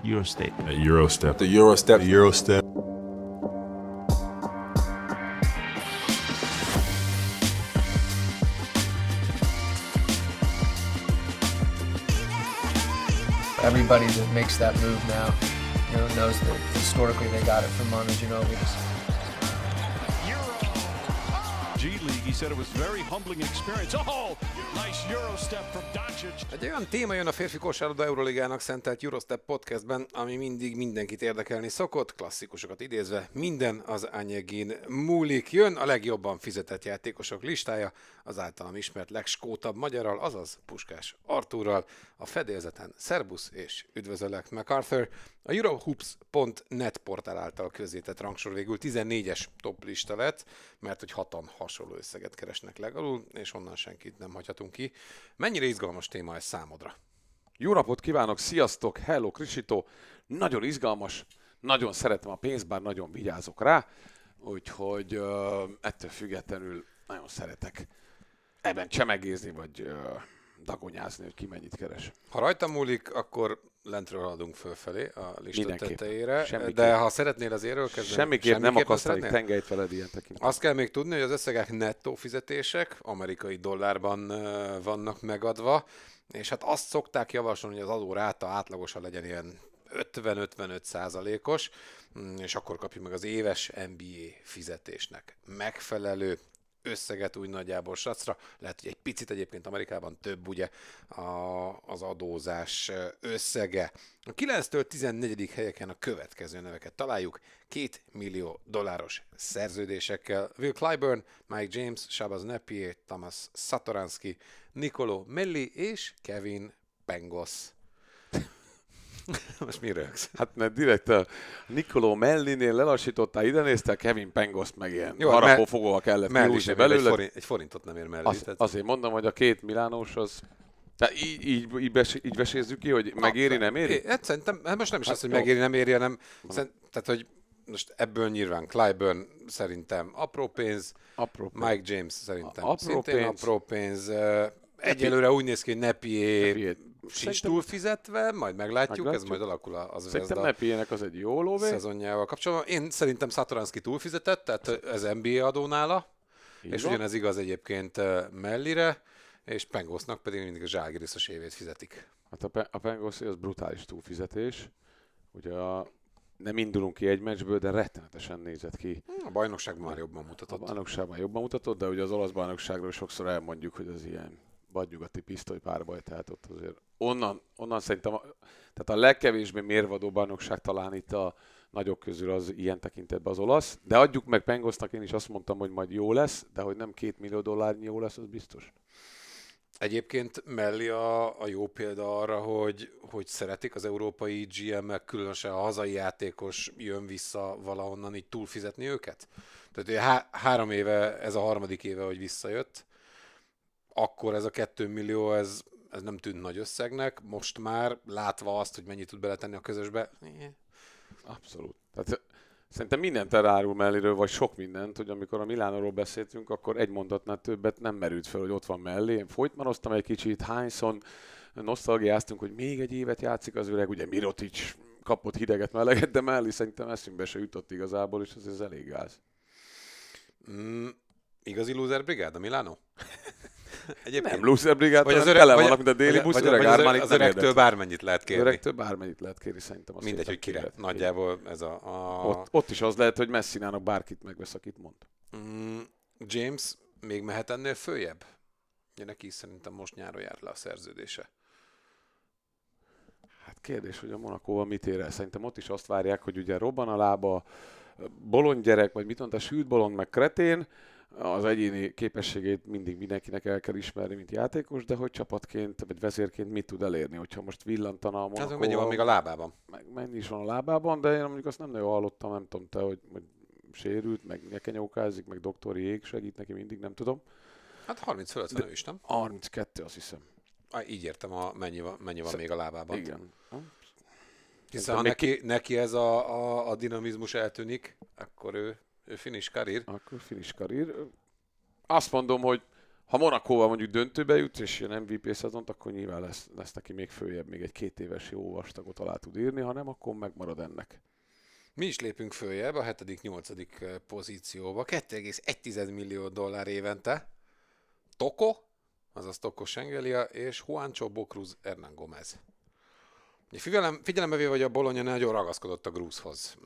Eurostep. Eurostep. The Eurostep. The Eurostep. Everybody that makes that move now, knows that historically they got it from Manu Ginobili. G League, he said it was very humbling experience. Oh, nice Eurostep from Doncic. Egy olyan téma jön a férfi kosárlabda Euroligának szentelt Eurostep podcastben, ami mindig mindenkit érdekelni szokott, klasszikusokat idézve, minden az anyagin múlik. Jön a legjobban fizetett játékosok listája, az általam ismert legskótabb magyarral, azaz Puskás Artúrral, a fedélzeten szerbusz és üdvözöllek MacArthur. A Eurohoops.net portál által közzétett rangsor végül 14-es top lista lett, mert hogy 6-an hasonló összeget keresnek legalul, és onnan senkit nem hagyhatunk ki. Mennyire izgalmas téma ez számodra? Jó napot kívánok, sziasztok, hello Krisito, nagyon izgalmas, nagyon szeretem a pénzt, bár nagyon vigyázok rá, úgyhogy ettől függetlenül nagyon szeretek ebben csemegézni, vagy dagonyázni, hogy ki mennyit keres. Ha rajta múlik, akkor lentről haladunk fölfelé a lista Mindenképp. tetejére, Semmiképp. De ha szeretnél az érről kezdeni... Semmiképp nem akasztanék tengelyt veled ilyen tekintetben. Azt kell még tudni, hogy az összegek nettó fizetések amerikai dollárban vannak megadva, és hát azt szokták javasolni, hogy az adóráta átlagosan legyen ilyen 50-55%-os, és akkor kapjuk meg az éves NBA fizetésnek megfelelő összeget úgy nagyjából sacra. Lehet, hogy egy picit egyébként Amerikában több ugye az adózás összege. A 9-től 14. helyeken a következő neveket találjuk. $2 millió szerződésekkel. Will Clyburn, Mike James, Shabazz Napier, Thomas Satoransky, Nicolo Melli és Kevin Pangos. Most mi rögsz? Hát mert direkt a Nicolo Mellinél lelassítottál, ide néztél, Kevin Pangoszt meg ilyen Jó, harapófogóval kellett kihúzni belőle. Egy forintot nem ér Melli. Azért mondom, hogy a 2 milánós az... Tehát így vesézzük ki, hogy megéri, nem éri? Hát szerintem, most nem is az, hogy megéri, nem éri, hanem tehát, hogy most ebből nyilván Clyburn szerintem apró pénz, Mike James szerintem szintén apró pénz. Egyelőre úgy néz ki, hogy Napier sincs túl fizetve, majd meglátjuk, ez majd alakul az Szerintem Napiernek az egy jó lóvé. Szezonjával kapcsolatban. Én szerintem Satoransky túlfizetett, tehát ez NBA adó nála, és ugyanez igaz egyébként Mellire, és Pangosnak pedig mindig a Zsalgiris-os évét fizetik. Hát a Pangos az brutális túlfizetés. Ugye nem indulunk ki egy meccsből, de rettenetesen nézett ki. A bajnokságban már jobban mutatott. A bajnokságban jobban mutatott, de ugye az olasz bajnokságról sokszor elmondjuk, hogy az ilyen vadnyugati pisztoly párbaj, tehát ott azért onnan szerintem, tehát a legkevésbé mérvadó bajnokság talán itt a nagyok közül az ilyen tekintetben az olasz, de adjuk meg Pangosnak, én is azt mondtam, hogy majd jó lesz, de hogy nem $2 millió jó lesz, az biztos. Egyébként Melli a jó példa arra, hogy szeretik az európai GM-ek, különösen a hazai játékos jön vissza valahonnan így túlfizetni őket. Tehát 3 éve, ez a 3. éve, hogy visszajött, akkor ez a 2 millió, ez nem tűnt nagy összegnek, most már látva azt, hogy mennyit tud beletenni a közösbe. Abszolút. Tehát szerintem mindent elárul Melliről, vagy sok mindent, hogy amikor a Milánóról beszéltünk, akkor egy mondatnál többet nem merült fel, hogy ott van Melli. Én folytmanoztam egy kicsit, hányszor nosztalgiáztunk, hogy még egy évet játszik az öreg, ugye Mirotic kapott hideget, meleget, de Melli szerintem eszünkbe se jutott igazából, és ez elég gáz. Igazi loser brigád a Milánó? Nem loser brigád, vagy hanem tele vannak, mint a déli busz, öreg Armani. Az öregtől bármennyit lehet kérni. Az öregtől bármennyit lehet kérni, szerintem. Mindegy, hogy kire. Nagyjából ez Ott is az lehet, hogy Messinának bárkit megvesz, akit mond. James még mehet ennél följebb? Ugye neki szerintem most nyáron jár le a szerződése. Hát kérdés, hogy a Monakóval mit ér el. Szerintem ott is azt várják, hogy ugye robban a lába, bolond gyerek, vagy mit mondta, sült bolond, meg kretén, az egyéni képességét mindig mindenkinek el kell ismerni, mint játékos, de hogy csapatként, vagy vezérként mit tud elérni, hogyha most villantana a Monakóval. Hát mennyi van még a lábában? Mennyi is van a lábában, de én mondjuk azt nem nagyon hallottam, nem tudom te, hogy sérült, meg nyekenyókázik, meg doktori ég segít neki mindig, nem tudom. Hát 30 fölött van ő is, nem? 32, azt hiszem. Így értem, mennyi van még a lábában. Igen. Hiszen ha neki ez a dinamizmus eltűnik, akkor ő finish career. Akkor finish career. Azt mondom, hogy Ha Monacóval mondjuk döntőbe jut, és ilyen MVP szezont, akkor nyilván lesz neki még följebb, még egy 2 éves jó vastagot alá tud írni, ha nem, akkor megmarad ennek. Mi is lépünk följebb a 7.-8. pozícióba. 2,1 millió dollár évente. Toko, azaz Toko Schengelia, és Juancho Bocruz Hernán Gómez. Figyelembe véve, hogy a Bologna nagyon ragaszkodott a Grúzhoz.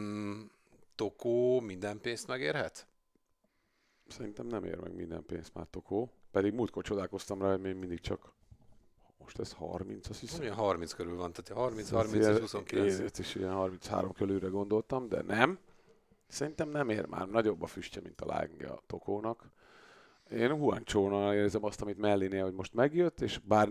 Toko minden pénzt megérhet? Szerintem nem ér meg minden pénzt már Toko. Pedig múltkor csodálkoztam rá, hogy még mindig csak most ez 30, azt hiszem. Olyan 30 körül van, tehát 30 és 29. Én is ilyen 33 körülre gondoltam, de nem. Szerintem nem ér már. Nagyobb a füstje, mint a lángja a Tokónak. Én Juanchónál érzem azt, amit Mellinél, hogy most megjött, és bár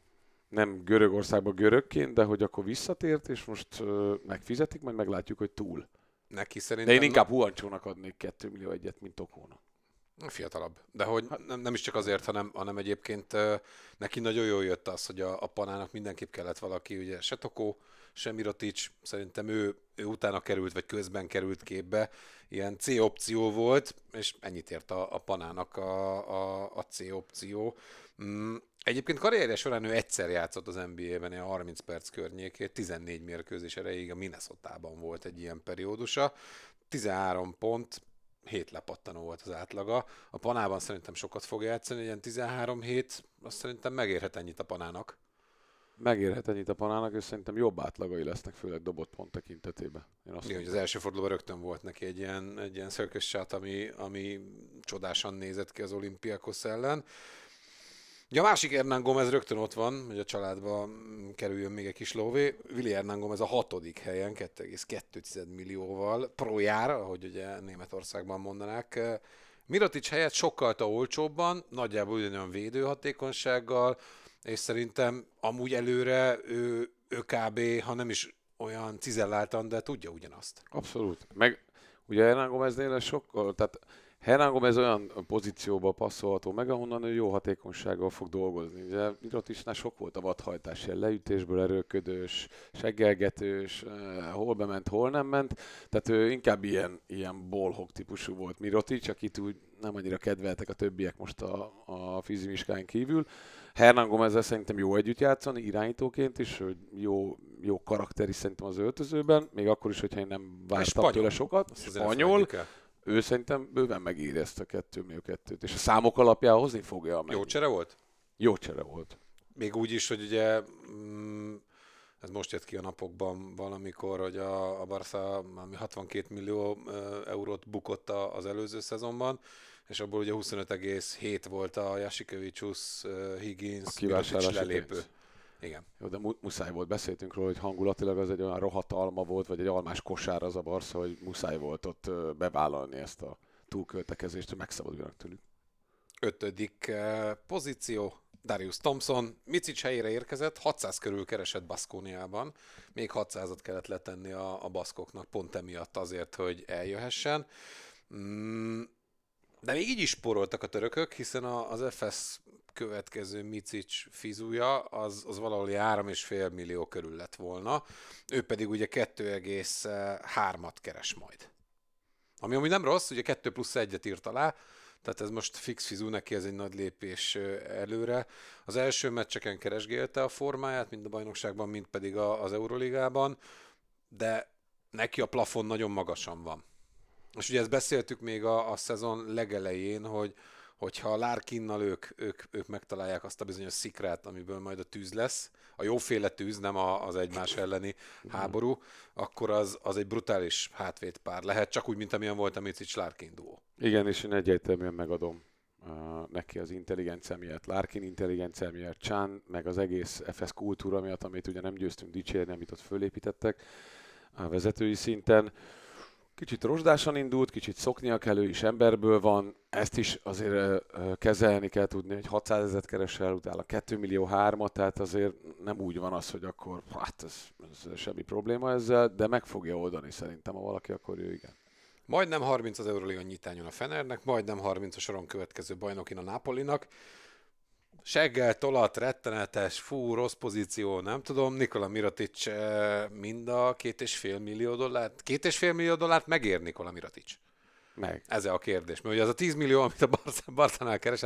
nem Görögországban görögként, de hogy akkor visszatért, és most megfizetik, majd meglátjuk, hogy túl. Neki szerintem... De én inkább Juanchónak adnék 2 millió egyet, mint Tokónak. Fiatalabb. De hogy nem is csak azért, hanem egyébként neki nagyon jól jött az, hogy a Panának mindenképp kellett valaki, ugye se Toko, se Mirotić, szerintem ő utána került, vagy közben került képbe, ilyen C-opció volt, és ennyit ért a Panának a C-opció. Egyébként karrierje során ő egyszer játszott az NBA-ben, ilyen 30 perc környékét, 14 mérkőzés erejéig a Minnesotában volt egy ilyen periódusa, 13 pont, 7 lepattanó volt az átlaga. A Panában szerintem sokat fog játszani, ilyen 13 hét, azt szerintem megérhet ennyit a Panának. Megérhet ennyit a Panának, és szerintem jobb átlagai lesznek, főleg dobott pont tekintetében. Igen, hogy az első fordulóban rögtön volt neki egy ilyen circus shot, ami csodásan nézett ki az Olympiakos ellen. Ugye a másik Hernán Gómez rögtön ott van, hogy a családba kerüljön még egy kis lóvé. Willi Hernán Gómez a 6. helyen, 2,2 millióval pro jár, ahogy ugye Németországban mondanák. Mirotić helyett sokkal olcsóbban, nagyjából ugyanolyan védőhatékonysággal, és szerintem amúgy előre ő kb. Ha nem is olyan cizelláltan, de tudja ugyanazt. Abszolút. Meg ugye Hernán Gómeznél sokkal, tehát Hernán Gómez olyan pozícióba passzolható meg, ahonnan ő jó hatékonysággal fog dolgozni. Ugye Mirotićnál sok volt a vadhajtás, ilyen leütésből erőködős, seggelgetős, hol bement, hol nem ment. Tehát ő inkább ilyen ballhawk típusú volt Mirotić, akit úgy nem annyira kedveltek a többiek most a fizimiskáin kívül. Hernán Gómezzel szerintem jó együtt játszani, irányítóként is, hogy jó karakter is szerintem az öltözőben, még akkor is, hogyha én nem vártam tőle sokat. Spanyol. Ő szerintem bőven megírja ezt a 2 millió 2-t, és a számok alapján hozni fogja. Jó csere volt? Jó csere volt. Még úgy is, hogy ugye ez most jött ki a napokban valamikor, hogy a Barca 62 millió eurót bukott az előző szezonban, és abból ugye 25,7 volt a Jasikevicius, Higgins, Mirotić lelépő. Igen. Jó, de muszáj volt, beszéltünk róla, hogy hangulatilag az egy olyan rohadt alma volt, vagy egy almás kosár az a Barca, hogy muszáj volt ott bevállalni ezt a túlköltekezést, hogy megszabaduljanak tőlük. 5. pozíció, Darius Thompson, Micic helyére érkezett, 600 körül keresett Baskoniában, még 600-at kellett letenni a baszkoknak, pont emiatt azért, hogy eljöhessen. De még így is spóroltak a törökök, hiszen az FS következő Micic fizúja, az valahol 3,5 millió körül lett volna, ő pedig ugye 2,3-at keres majd. Ami amúgy nem rossz, ugye 2 + 1-et írt alá, tehát ez most fix fizú neki, ez egy nagy lépés előre. Az első meccseken keresgélte a formáját, mind a bajnokságban, mind pedig az Euroligában, de neki a plafon nagyon magasan van. És ugye ezt beszéltük még a szezon legelején, hogyha a Larkinnal ők megtalálják azt a bizonyos szikrát, amiből majd a tűz lesz, a jóféle tűz, nem az egymás elleni háború, akkor az egy brutális hátvédpár lehet, csak úgy, mint amilyen volt a Micic-Larkin duó. Igen, és én egyértelműen megadom neki az intelligencia miatt, Larkin intelligencia miatt, Chan, meg az egész FS kultúra miatt, amit ugye nem győztünk dicsérni, amit ott fölépítettek a vezetői szinten. Kicsit rozsdásan indult, kicsit szoknia kell, ő is emberből van, ezt is azért kezelni kell tudni, hogy 600 000 keresel, utána 2 millió 3-at, tehát azért nem úgy van az, hogy akkor hát ez semmi probléma ezzel, de meg fogja oldani szerintem, ha valaki, akkor ő igen. Majdnem 30 az Euroliga nyitányon a Fenernek, majdnem 30 a soron következő bajnokin a Napolinak. Seggel, tolat, rettenetes, rossz pozíció, nem tudom. Nikola Mirotić mind a $2,5 millió. $2,5 millió megér Nikola Mirotić? Meg. Ez a kérdés. Mert ugye az a 10 millió, amit a Barcánál keresett,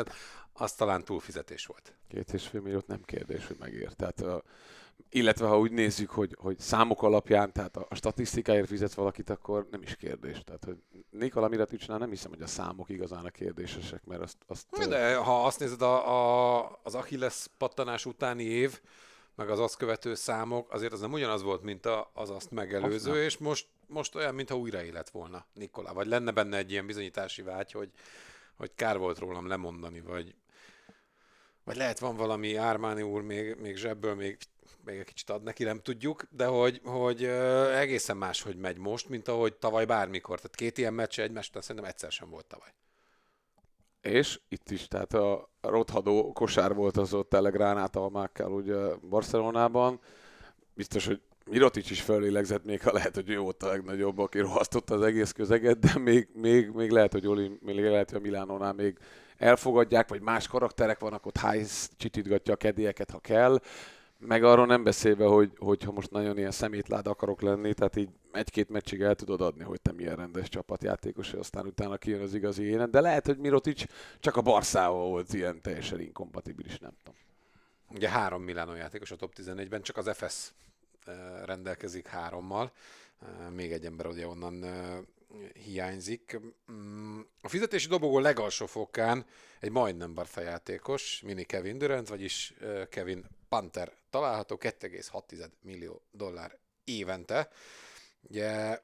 az talán túlfizetés volt. 2,5 milliót nem kérdés, hogy megér. Tehát, illetve ha úgy nézzük, hogy számok alapján, tehát a statisztikáért fizetsz valakit, akkor nem is kérdés. Tehát, hogy Nikola Mileticsnál nem hiszem, hogy a számok igazán a kérdésesek, mert azt De ha azt nézed, az Achilles pattanás utáni év, meg az azt követő számok, azért az nem ugyanaz volt, mint az azt megelőző, és most olyan, mintha újra élet volna Nikola. Vagy lenne benne egy ilyen bizonyítási vágy, hogy kár volt rólam lemondani, vagy lehet van valami Armani úr még zsebből még egy kicsit ad neki, nem tudjuk, de hogy egészen más, hogy megy most, mint ahogy tavaly bármikor. Tehát 2 ilyen meccse egymástán szerintem egyszer sem volt tavaly. És itt is, tehát a rothadó kosár volt az ott telegránátalmákkal ugye Barcelonában. Biztos, hogy Mirotic is fellélegzett, még ha lehet, hogy ő volt a legnagyobb, aki rohasztotta az egész közeget, de még lehet, hogy a Milánónál még elfogadják, vagy más karakterek vannak, ott Heiss csitítgatja a kedélyeket, ha kell. Meg arról nem beszélve, hogyha most nagyon ilyen szemétlád akarok lenni, tehát így 1-2 meccsig el tudod adni, hogy te milyen rendes csapatjátékos, és aztán utána kijön az igazi élet. De lehet, hogy Mirotic csak a Barszával volt ilyen teljesen inkompatibilis, nem tudom. Ugye 3 Milánó játékos a top 14-ben, csak az FS rendelkezik 3-mal. Még egy ember ugye onnan hiányzik. A fizetési dobogó legalsó fokán egy majdnem Barca játékos, mini Kevin Durant, vagyis Kevin Panther található, $2,6 millió évente. Ugye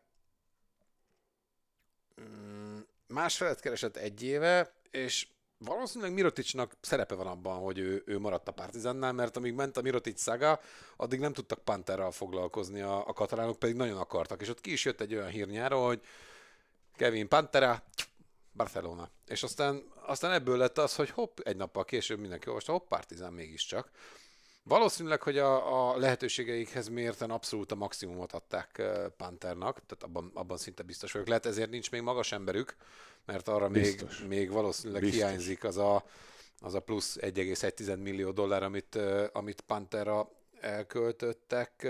másfelet keresett 1 éve, és valószínűleg Miroticnak szerepe van abban, hogy ő maradt a Partizánnál, mert amíg ment a Mirotic szaga, addig nem tudtak Pantherral foglalkozni a katalánok, pedig nagyon akartak. És ott ki is jött egy olyan hír nyáron, hogy Kevin Pantera, Barcelona. És aztán ebből lett az, hogy hopp, egy nappal később mindenki olvasta, hopp, Partizán mégiscsak. Valószínűleg, hogy a lehetőségeikhez mérten abszolút a maximumot adták Panthernak, tehát abban szinte biztos vagyok. Lehet ezért nincs még magas emberük, mert arra még valószínűleg hiányzik az a plusz $1,1 millió, amit Pantherra elköltöttek.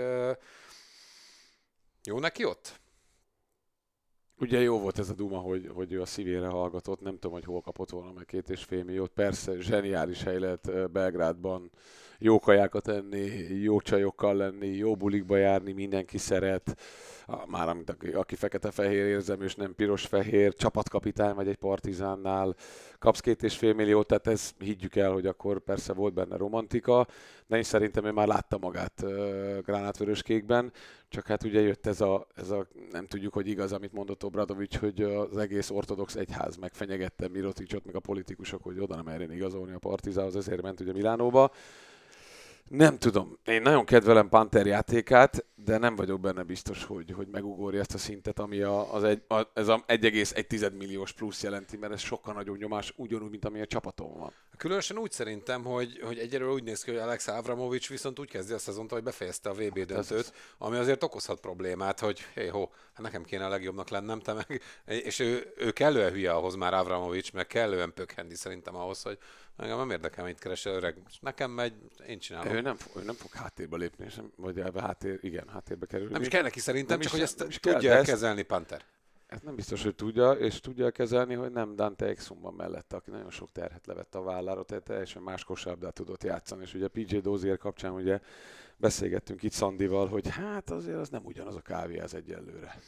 Jó neki ott? Ugye jó volt ez a duma, hogy ő a szívére hallgatott, nem tudom, hogy hol kapott volna meg 2,5 milliót. Persze, zseniális hely lett Belgrádban, jó kajákat enni, jó csajokkal lenni, jó bulikba járni, mindenki szeret. Már aki fekete-fehér érzemű, és nem piros-fehér, csapatkapitány vagy egy Partizánnál, kapsz 2,5 milliót, tehát ez higgyük el, hogy akkor persze volt benne romantika, de én szerintem ő már látta magát gránátvöröskékben, csak hát ugye jött ez a nem tudjuk, hogy igaz, amit mondott Obradovics, hogy az egész ortodox egyház megfenyegette Miroticot, meg a politikusok, hogy oda nem merjen igazolni a Partizához, ezért ment ugye Milánóba. Nem tudom. Én nagyon kedvelem Panther játékát, de nem vagyok benne biztos, hogy megugorja ezt a szintet, ami ez a 1,1 milliós plusz jelenti, mert ez sokkal nagyobb nyomás, ugyanúgy, mint ami a csapaton van. Különösen úgy szerintem, hogy egyelőre úgy néz ki, hogy Alex Avramovics viszont úgy kezdi a szezont, hogy befejezte a VB döntőt, ami azért okozhat problémát, hogy nekem kéne a legjobbnak lennem, te meg. És ő kellően hülye ahhoz már Avramovics, meg kellően pökhendi szerintem ahhoz, hogy engem nem érdekel, mit keresel öreg. Nekem megy, én csinálom. Ő nem fog háttérbe lépni, vagy háttérbe kerülni. Nem is kell neki szerintem, csak hogy ezt tudja kezelni Panther. Ez nem biztos, hogy tudja, és tudja kezelni, hogy nem Dante Exum mellette, aki nagyon sok terhet levett a vállára, tehát teljesen más kosárlabdát tudott játszani, és ugye PJ Dozier kapcsán ugye beszélgettünk itt Szandival, hogy hát azért az nem ugyanaz a kávé az egyelőre.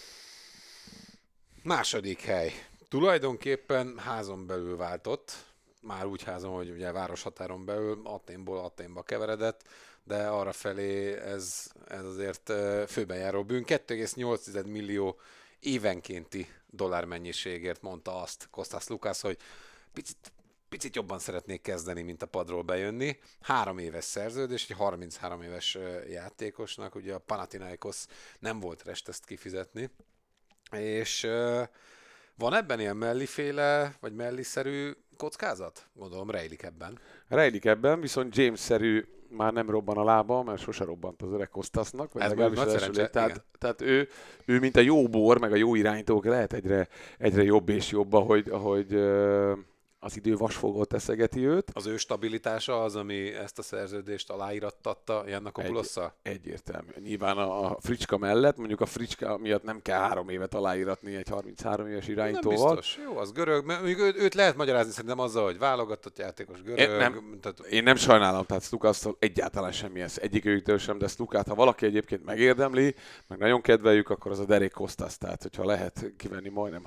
Második hely. Tulajdonképpen házon belül váltott, már úgy házon, hogy ugye városhatáron belül, Athénba keveredett, de arra felé ez azért főben járó bűn. 2,8 millió évenkénti dollármennyiségért mondta azt Kostas Lukács, hogy picit jobban szeretnék kezdeni, mint a padról bejönni. 3 éves szerződés, egy 33 éves játékosnak, ugye a Panathinaikos nem volt rest ezt kifizetni, és van ebben ilyen melliféle, vagy melliszerű kockázat? Gondolom rejlik ebben. Rejlik ebben, viszont James-szerű már nem robban a lába, mert sose robbant az öreg Kostasnak. Tehát ő, mint a jó bor, meg a jó irányítók lehet egyre jobb és jobb, ahogy az idő vasfogó teszegeti őt. Az ő stabilitása az, ami ezt a szerződést aláírattatta Giannakopoulosszal? Egyértelmű. Nyilván a fricska mellett, mondjuk a fricska miatt nem kell 3 évet aláíratni egy 33 éves irányítóval. Nem biztos. Jó, az görög. Őt lehet magyarázni szerintem azzal, hogy válogatott játékos görög. Én nem sajnálom, tehát Szlukasztól egyáltalán semmi egyikőjüktől sem, de Szlukát, ha valaki egyébként megérdemli, meg nagyon kedveljük, akkor az a Derek Kostas, tehát hogyha lehet kivenni majdnem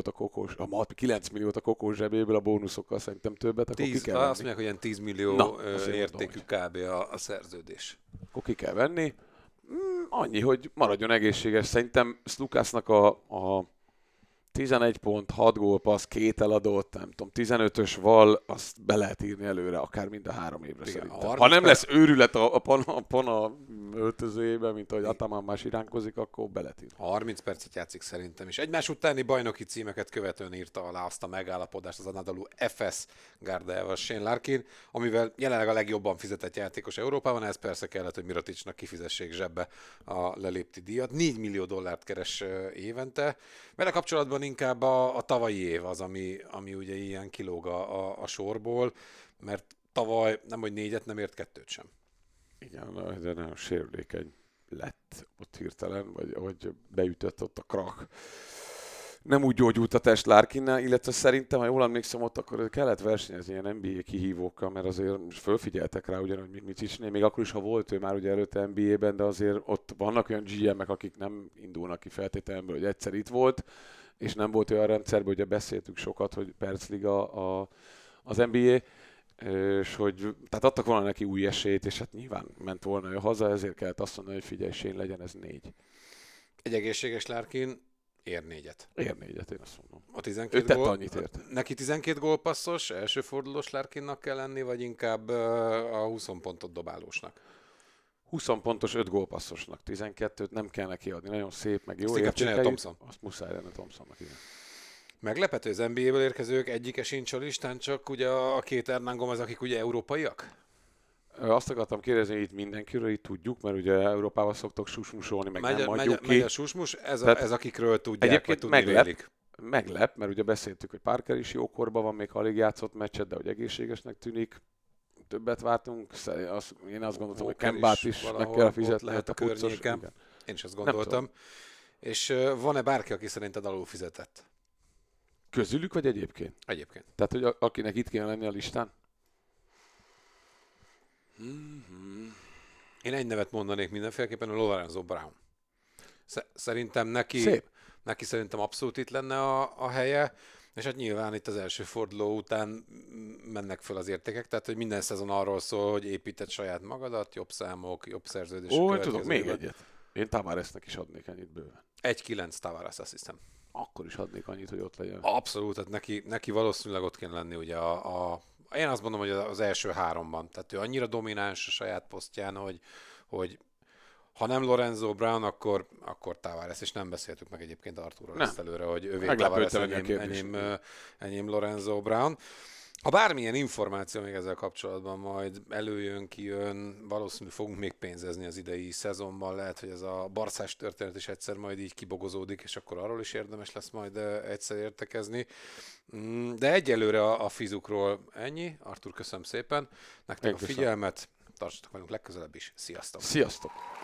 9 milliót a kokós zsebéből a bónuszokkal, szerintem többet, akkor ki kell venni. Azt mondják, hogy ilyen 10 millió értékű kb. A szerződés. Akkor ki kell venni. Annyi, hogy maradjon egészséges. Szerintem Szlukásznak a 11 pont, 6 gólpassz, 2 eladott, nem tudom, 15-ös val, azt be lehet írni előre, akár mind a 3 évre szerintem. Ha nem lesz őrület a Pana öltözőjében, mint ahogy Ataman más iránkozik, akkor be lehet írni. 30 percet játszik szerintem is. Egymás utáni bajnoki címeket követően írta alá azt a megállapodást az Anadolu Efes Gardájával Shane Larkin, amivel jelenleg a legjobban fizetett játékos Európában, ez persze kellett, hogy Miroticsnak kifizessék zsebbe a lelépti díjat. 4 millió dollárt keres évente. Vele kapcsolatban inkább a tavalyi év az, ami ugye ilyen kilóg a sorból, mert tavaly nem, hogy 4-et nem ért 2-t sem. Igen, de nagyon sérülékeny lett ott hirtelen, vagy ahogy beütött ott a krak. Nem úgy gyógyult a test Larkinnál, illetve szerintem, ha jól emlékszem, ott akkor kellett versenyezni ilyen NBA kihívókkal, mert azért fölfigyeltek rá ugyanúgy, mint Micicsnél, még akkor is, ha volt ő már ugye előtte NBA-ben, de azért ott vannak olyan GM-ek, akik nem indulnak ki feltételenből, hogy egyszer itt volt, és nem volt olyan rendszerben, ugye beszéltük sokat, hogy percliga az NBA, és hogy, tehát adtak volna neki új esélyt, és hát nyilván ment volna ő haza, ezért kellett azt mondani, hogy figyelj, Shane, legyen ez 4. Egy egészséges Larkin ér 4-et. Ér 4-et, én azt mondom. A 12 ő tett gól, annyit ért. Neki 12 gólpasszos, elsőfordulós Larkinnak kell lenni, vagy inkább a 20 pontot dobálósnak? 20 pontos, 5 gólpasszosnak, 12-t nem kell neki adni, nagyon szép, meg jó értékeljük. Thompson. Azt muszáj lenne Thompsonnak, igen. Meglepető, az NBA-ből érkezők egyike sincs a listán, csak ugye a két Hernán Gomez, akik ugye európaiak? Azt akartam kérdezni, hogy itt mindenkiről itt tudjuk, mert ugye Európában szoktak susmusolni, meg nem adjuk ki. Megy a susmus, ez akikről tudják, egyébként vagy tudni vélik. Meglep, mert ugye beszéltük, hogy Parker is jókorban van, még alig játszott meccset, de hogy egészségesnek tűnik. Többet vártunk, én azt gondoltam, hogy Kembát is meg kell fizetni. Lehet a környéken. Én is azt gondoltam. És van-e bárki, aki szerinted alul fizetett? Közülük, vagy egyébként? Egyébként. Tehát, hogy akinek itt kéne lenni a listán? Én egy nevet mondanék mindenféleképpen, a Lorenzo Brown. Szerintem neki szerintem abszolút itt lenne a helye, és hát nyilván itt az első forduló után mennek föl az értékek, tehát hogy minden szezon arról szól, hogy építed saját magadat, jobb számok, jobb szerződések. Tudok, még egyet. Én Tavaresnek is adnék ennyit bőven. 1-9 Tavares, azt hiszem. Akkor is adnék annyit, hogy ott legyen. Abszolút, tehát neki valószínűleg ott kéne lenni ugye én azt mondom, hogy az első 3-ban. Tehát ő annyira domináns a saját posztján, hogy ha nem Lorenzo Brown, akkor Tavares, és nem beszéltük meg egyébként Arturral ezt előre, hogy ővé Tavares, enyém Lorenzo Brown. Ha bármilyen információ még ezzel kapcsolatban majd előjön, kijön, valószínűleg fogunk még pénzezni az idei szezonban, lehet, hogy ez a barszás történet is egyszer majd így kibogozódik, és akkor arról is érdemes lesz majd egyszer értekezni. De egyelőre a fizukról ennyi. Artur, köszönöm szépen. Nektek a figyelmet, tartsatok velünk legközelebb is. Sziasztok! Sziasztok!